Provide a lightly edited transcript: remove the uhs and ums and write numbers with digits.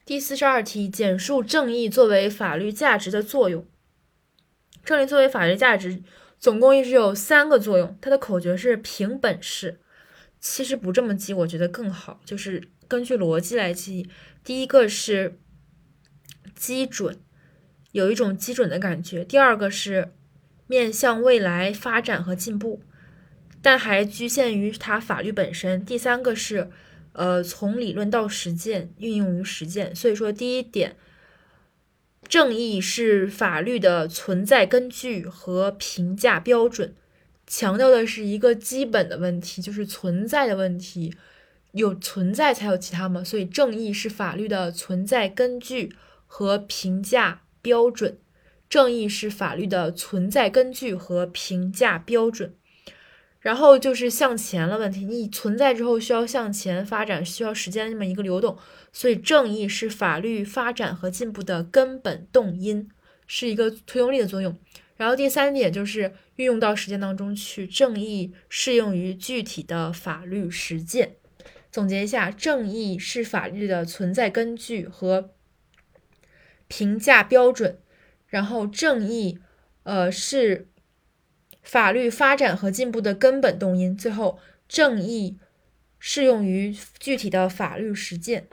第42题，简述正义作为法律价值的作用。正义作为法律价值，总共一直有3个作用。它的口诀是凭本事，其实不这么记，我觉得更好，就是根据逻辑来记。第一个是基准，有一种基准的感觉；第二个是面向未来发展和进步，但还局限于它法律本身；第三个是从理论到实践，运用于实践。所以说，第一点，正义是法律的存在根据和评价标准，强调的是一个基本的问题，就是存在的问题。有存在才有其他嘛，所以正义是法律的存在根据和评价标准。正义是法律的存在根据和评价标准。然后就是向前了问题，你存在之后需要向前发展，需要时间这么一个流动，所以正义是法律发展和进步的根本动因，是一个推动力的作用。然后第3点就是运用到实践当中去，正义适用于具体的法律实践。总结一下，正义是法律的存在根据和评价标准，然后正义是法律发展和进步的根本动因，最后正义适用于具体的法律实践。